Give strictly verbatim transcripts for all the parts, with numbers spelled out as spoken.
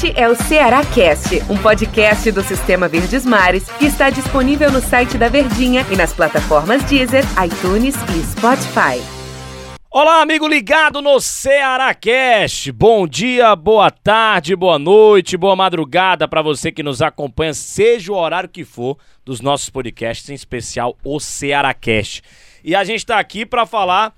Este é o Ceará Cast, um podcast do Sistema Verdes Mares que está disponível no site da Verdinha e nas plataformas Deezer, iTunes e Spotify. Olá, amigo ligado no Ceará Cast. Bom dia, boa tarde, boa noite, boa madrugada para você que nos acompanha, seja o horário que for dos nossos podcasts, em especial o Ceará Cast. E a gente está aqui para falar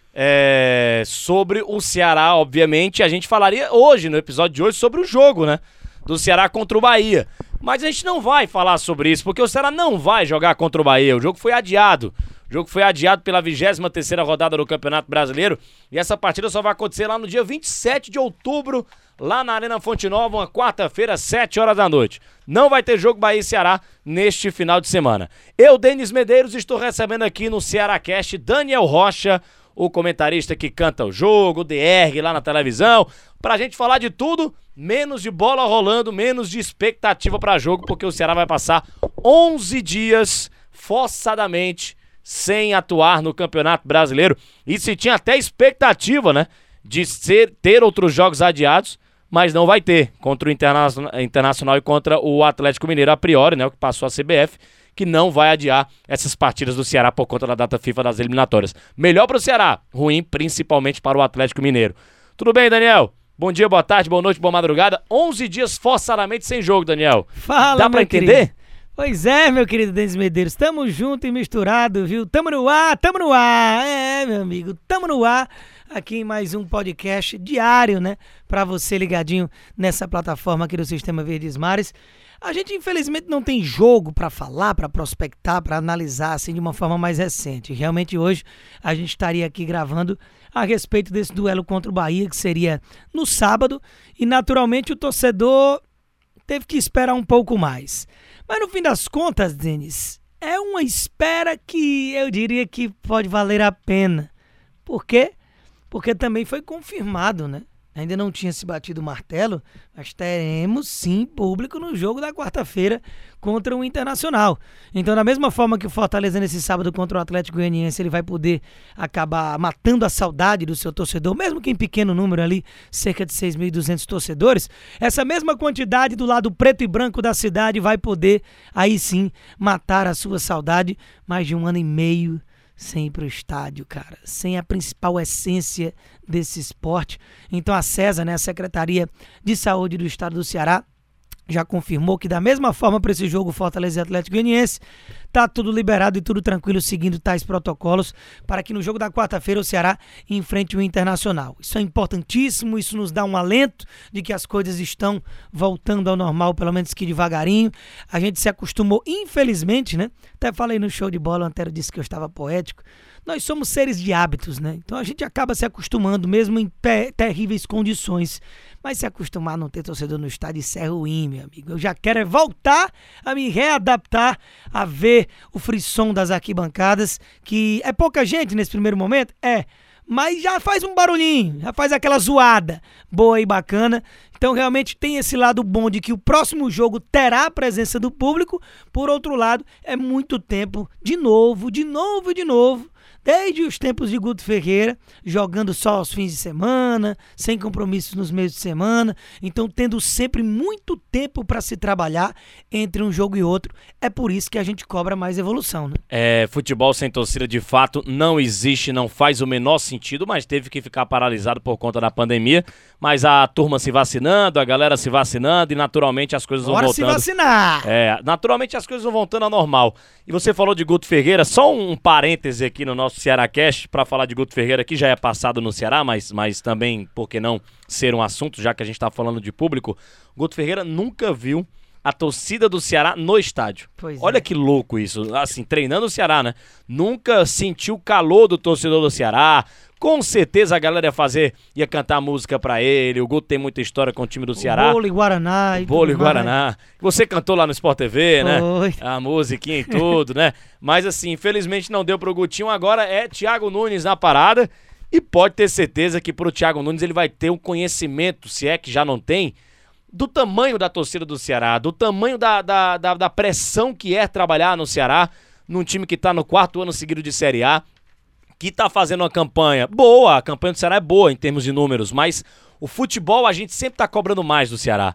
é, sobre o Ceará, obviamente. A gente falaria hoje, no episódio de hoje, sobre o jogo, né? Do Ceará contra o Bahia. Mas a gente não vai falar sobre isso, porque o Ceará não vai jogar contra o Bahia. O jogo foi adiado. O jogo foi adiado pela vigésima terceira rodada do Campeonato Brasileiro. E essa partida só vai acontecer lá no dia vinte e sete de outubro, lá na Arena Fonte Nova, uma quarta-feira, sete horas da noite. Não vai ter jogo Bahia e Ceará neste final de semana. Eu, Denis Medeiros, estou recebendo aqui no Ceará Cast Daniel Rocha, o comentarista que canta o jogo, o D R lá na televisão, pra gente falar de tudo, menos de bola rolando, menos de expectativa pra jogo, porque o Ceará vai passar onze dias forçadamente sem atuar no Campeonato Brasileiro. E se tinha até expectativa, né, de ser, ter outros jogos adiados, mas não vai ter, contra o Internacional, Internacional e contra o Atlético Mineiro a priori, né, o que passou a C B F, que não vai adiar essas partidas do Ceará por conta da data FIFA das eliminatórias. Melhor para o Ceará, ruim principalmente para o Atlético Mineiro. Tudo bem, Daniel? Bom dia, boa tarde, boa noite, boa madrugada. onze dias forçadamente sem jogo, Daniel. Fala, dá para entender? Querido. Pois é, meu querido Denis Medeiros, tamo junto e misturado, viu? Tamo no ar, tamo no ar, é, meu amigo, tamo no ar, aqui em mais um podcast diário, né? Pra você ligadinho nessa plataforma aqui do Sistema Verdes Mares. A gente, infelizmente, não tem jogo pra falar, pra prospectar, pra analisar, assim, de uma forma mais recente. Realmente, hoje, a gente estaria aqui gravando a respeito desse duelo contra o Bahia, que seria no sábado, e, naturalmente, o torcedor teve que esperar um pouco mais. Mas no fim das contas, Denis, é uma espera que eu diria que pode valer a pena. Por quê? Porque também foi confirmado, né? Ainda não tinha se batido o martelo, mas teremos sim público no jogo da quarta-feira contra o Internacional. Então, da mesma forma que o Fortaleza nesse sábado contra o Atlético Goianiense, ele vai poder acabar matando a saudade do seu torcedor, mesmo que em pequeno número ali, cerca de seis mil e duzentos torcedores, essa mesma quantidade do lado preto e branco da cidade vai poder, aí sim, matar a sua saudade mais de um ano e meio sem ir pro estádio, cara, sem a principal essência desse esporte. Então a César, né, a Secretaria de Saúde do Estado do Ceará, já confirmou que da mesma forma para esse jogo Fortaleza e Atlético Goianiense, tá tudo liberado e tudo tranquilo, seguindo tais protocolos, para que no jogo da quarta-feira o Ceará enfrente o Internacional. Isso é importantíssimo, isso nos dá um alento de que as coisas estão voltando ao normal, pelo menos que devagarinho. A gente se acostumou, infelizmente, né? Até falei no show de bola, o Antero disse que eu estava poético. Nós somos seres de hábitos, né? Então a gente acaba se acostumando, mesmo em pe- terríveis condições. Mas se acostumar a não ter torcedor no estádio, isso é ruim, meu amigo. Eu já quero é voltar a me readaptar a ver o frisson das arquibancadas, que é pouca gente nesse primeiro momento, é, mas já faz um barulhinho, já faz aquela zoada boa e bacana. Então realmente tem esse lado bom de que o próximo jogo terá a presença do público. Por outro lado, é muito tempo, de novo, de novo, de novo, desde os tempos de Guto Ferreira, jogando só aos fins de semana, sem compromissos nos meios de semana, então tendo sempre muito tempo para se trabalhar entre um jogo e outro. É por isso que a gente cobra mais evolução, né? É, futebol sem torcida de fato não existe, não faz o menor sentido, mas teve que ficar paralisado por conta da pandemia. Mas a turma se vacinando, a galera se vacinando e naturalmente as coisas Bora vão voltando. se vacinar! É, naturalmente as coisas vão voltando ao normal. E você falou de Guto Ferreira, só um parêntese aqui no nosso Ceará Cast para falar de Guto Ferreira, que já é passado no Ceará, mas, mas também, por que não ser um assunto, já que a gente está falando de público. Guto Ferreira nunca viu a torcida do Ceará no estádio. Pois Olha é. que louco isso, assim, treinando o Ceará, né? Nunca sentiu o calor do torcedor do Ceará. Com certeza a galera ia fazer, ia cantar música pra ele. O Guto tem muita história com o time do Ceará. Bolo e Guaraná. E Bolo e tudo mais. Guaraná. Você cantou lá no Sport T V, né? Foi. A musiquinha e tudo, né? Mas assim, infelizmente não deu pro Gutinho. Agora é Thiago Nunes na parada. E pode ter certeza que pro Thiago Nunes ele vai ter um conhecimento, se é que já não tem, do tamanho da torcida do Ceará, do tamanho da, da, da, da pressão que é trabalhar no Ceará, num time que tá no quarto ano seguido de Série A, que tá fazendo uma campanha boa. A campanha do Ceará é boa em termos de números, mas o futebol a gente sempre tá cobrando mais do Ceará.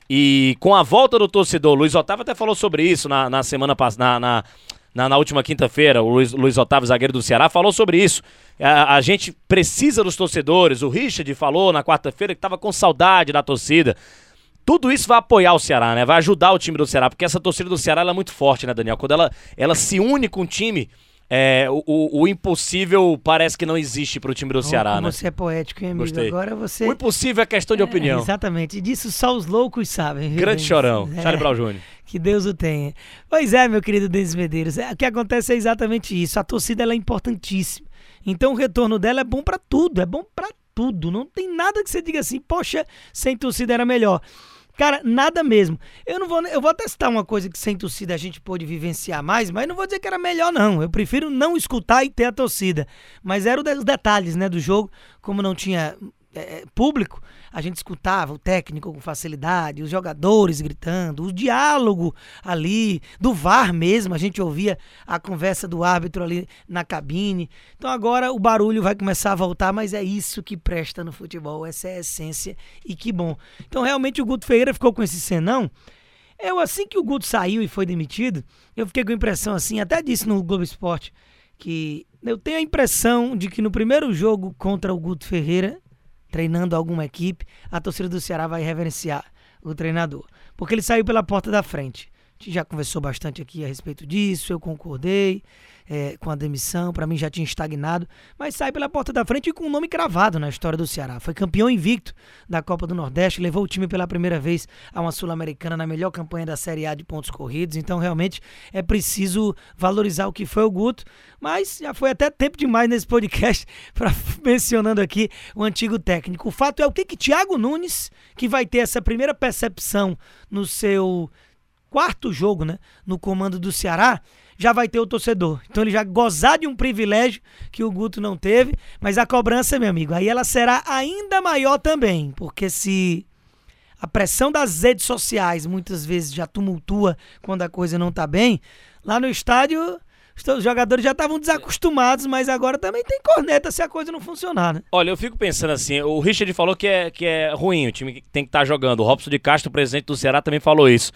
E com a volta do torcedor, o Luiz Otávio até falou sobre isso na, na semana passada, na, na, na, na última quinta-feira, o Luiz, Luiz Otávio, zagueiro do Ceará, falou sobre isso. A, a gente precisa dos torcedores, o Richard falou na quarta-feira que estava com saudade da torcida. Tudo isso vai apoiar o Ceará, né? Vai ajudar o time do Ceará, porque essa torcida do Ceará ela é muito forte, né, Daniel? Quando ela, ela se une com o time... É, o, o impossível parece que não existe pro time do oh, Ceará, como né? Você é poético, hein, amigo? Gostei. Agora você... O impossível é questão de opinião. É, exatamente. Disso só os loucos sabem. Viu, Grande Denis? chorão. É. Charlie Brown Júnior Que Deus o tenha. Pois é, meu querido Denis Medeiros. É, o que acontece é exatamente isso. A torcida ela é importantíssima. Então o retorno dela é bom pra tudo. É bom pra tudo. Não tem nada que você diga assim, poxa, sem torcida era melhor. Cara, nada mesmo. Eu não vou, eu vou testar uma coisa que sem torcida a gente pôde vivenciar mais, mas não vou dizer que era melhor, não. Eu prefiro não escutar e ter a torcida. Mas eram os detalhes, né, do jogo. Como não tinha é, público, a gente escutava o técnico com facilidade, os jogadores gritando, o diálogo ali, do V A R mesmo, a gente ouvia a conversa do árbitro ali na cabine. Então agora o barulho vai começar a voltar, mas é isso que presta no futebol, essa é a essência e que bom. Então realmente o Guto Ferreira ficou com esse senão. Eu, assim que o Guto saiu e foi demitido, eu fiquei com a impressão assim, até disse no Globo Esporte, que eu tenho a impressão de que no primeiro jogo contra o Guto Ferreira, treinando alguma equipe, a torcida do Ceará vai reverenciar o treinador. Porque ele saiu pela porta da frente. A gente já conversou bastante aqui a respeito disso, eu concordei é, com a demissão, para mim já tinha estagnado, mas sai pela porta da frente e com um nome cravado na história do Ceará. Foi campeão invicto da Copa do Nordeste, levou o time pela primeira vez a uma Sul-Americana na melhor campanha da Série A de pontos corridos, então realmente é preciso valorizar o que foi o Guto, mas já foi até tempo demais nesse podcast para mencionando aqui o antigo técnico. O fato é o que que Thiago Nunes, que vai ter essa primeira percepção no seu quarto jogo, né, no comando do Ceará, já vai ter o torcedor. Então ele já gozar de um privilégio que o Guto não teve, mas a cobrança, meu amigo, aí ela será ainda maior também, porque se a pressão das redes sociais muitas vezes já tumultua quando a coisa não tá bem, lá no estádio os jogadores já estavam desacostumados, mas agora também tem corneta se a coisa não funcionar, né? Olha, eu fico pensando assim, o Richard falou que é, que é ruim, o time tem que estar tá jogando. O Robson de Castro, o presidente do Ceará, também falou isso.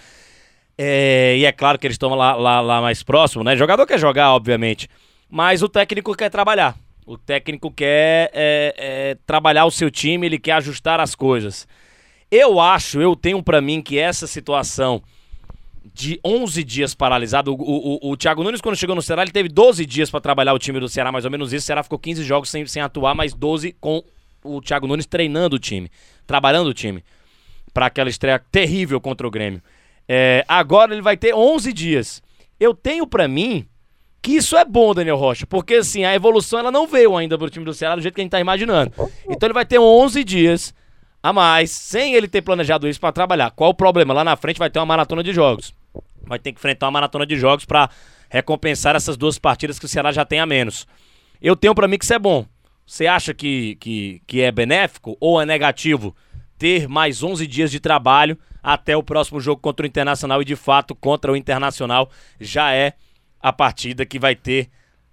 É, e é claro que eles estão lá, lá, lá mais próximo, né? O jogador quer jogar, obviamente, mas o técnico quer trabalhar. O técnico quer é, é, trabalhar o seu time, ele quer ajustar as coisas. Eu acho, eu tenho pra mim que essa situação de onze dias paralisado, o, o, o, o Thiago Nunes quando chegou no Ceará, ele teve doze dias pra trabalhar o time do Ceará, mais ou menos isso. O Ceará ficou quinze jogos sem, sem atuar, mais doze com o Thiago Nunes treinando o time, trabalhando o time, pra aquela estreia terrível contra o Grêmio. É, agora ele vai ter onze dias. Eu tenho pra mim que isso é bom, Daniel Rocha, porque assim, a evolução ela não veio ainda pro time do Ceará do jeito que a gente tá imaginando. Então ele vai ter onze dias a mais, sem ele ter planejado isso pra trabalhar. Qual o problema? Lá na frente vai ter uma maratona de jogos. Vai ter que enfrentar uma maratona de jogos pra recompensar essas duas partidas que o Ceará já tem a menos. Eu tenho pra mim que isso é bom. Você acha que, que, que é benéfico ou é negativo ter mais onze dias de trabalho até o próximo jogo contra o Internacional? E de fato, contra o Internacional já é a partida que vai ter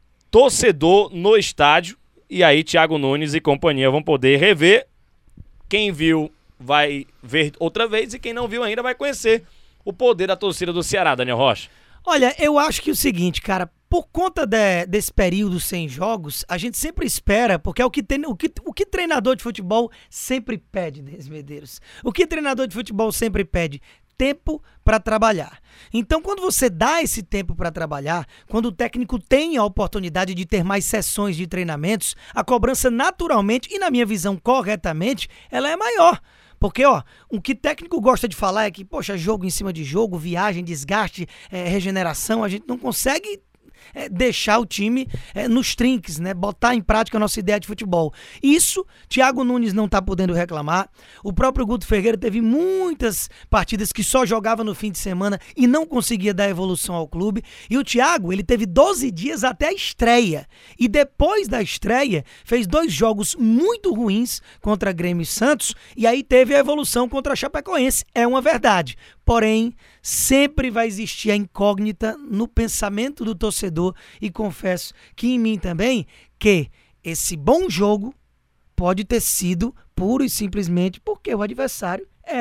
torcedor no estádio. E aí Thiago Nunes e companhia vão poder rever. Quem viu vai ver outra vez e quem não viu ainda vai conhecer o poder da torcida do Ceará, Daniel Rocha. Olha, eu acho que é o seguinte, cara, por conta de, desse período sem jogos, a gente sempre espera, porque é o que, tem, o que, o que treinador de futebol sempre pede, Denis Medeiros. O que treinador de futebol sempre pede? Tempo para trabalhar. Então, quando você dá esse tempo para trabalhar, quando o técnico tem a oportunidade de ter mais sessões de treinamentos, a cobrança naturalmente, e na minha visão corretamente, ela é maior. Porque, ó, o que técnico gosta de falar é que, poxa, jogo em cima de jogo, viagem, desgaste, é, regeneração, a gente não consegue É, deixar o time é, nos trinques, né? Botar em prática a nossa ideia de futebol. Isso, Thiago Nunes não tá podendo reclamar. O próprio Guto Ferreira teve muitas partidas que só jogava no fim de semana e não conseguia dar evolução ao clube. E o Thiago, ele teve doze dias até a estreia. E depois da estreia, fez dois jogos muito ruins contra Grêmio e Santos. E aí teve a evolução contra a Chapecoense. É uma verdade. Porém, sempre vai existir a incógnita no pensamento do torcedor e confesso que em mim também, que esse bom jogo pode ter sido puro e simplesmente porque o adversário era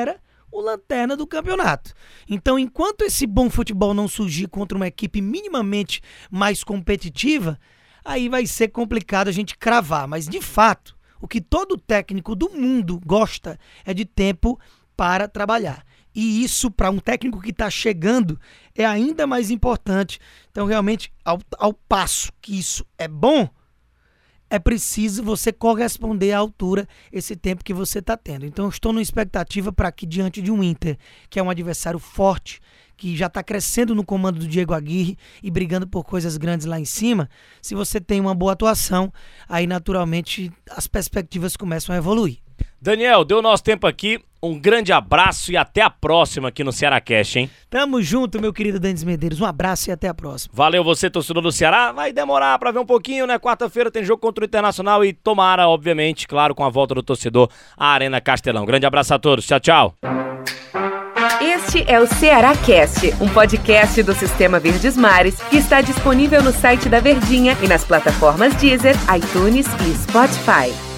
o lanterna do campeonato. Então, enquanto esse bom futebol não surgir contra uma equipe minimamente mais competitiva, aí vai ser complicado a gente cravar. Mas, de fato, o que todo técnico do mundo gosta é de tempo para trabalhar. E isso, para um técnico que está chegando, é ainda mais importante. Então, realmente, ao, ao passo que isso é bom, é preciso você corresponder à altura esse tempo que você está tendo. Então, eu estou numa expectativa para que, diante de um Inter, que é um adversário forte, que já está crescendo no comando do Diego Aguirre e brigando por coisas grandes lá em cima, se você tem uma boa atuação, aí, naturalmente, as perspectivas começam a evoluir. Daniel, deu nosso tempo aqui. Um grande abraço e até a próxima aqui no Cearacast, hein? Tamo junto, meu querido Denis Medeiros. Um abraço e até a próxima. Valeu você, torcedor do Ceará. Vai demorar pra ver um pouquinho, né? Quarta-feira tem jogo contra o Internacional e tomara, obviamente, claro, com a volta do torcedor à Arena Castelão. Grande abraço a todos. Tchau, tchau. Este é o Cearacast, um podcast do Sistema Verdes Mares que está disponível no site da Verdinha e nas plataformas Deezer, iTunes e Spotify.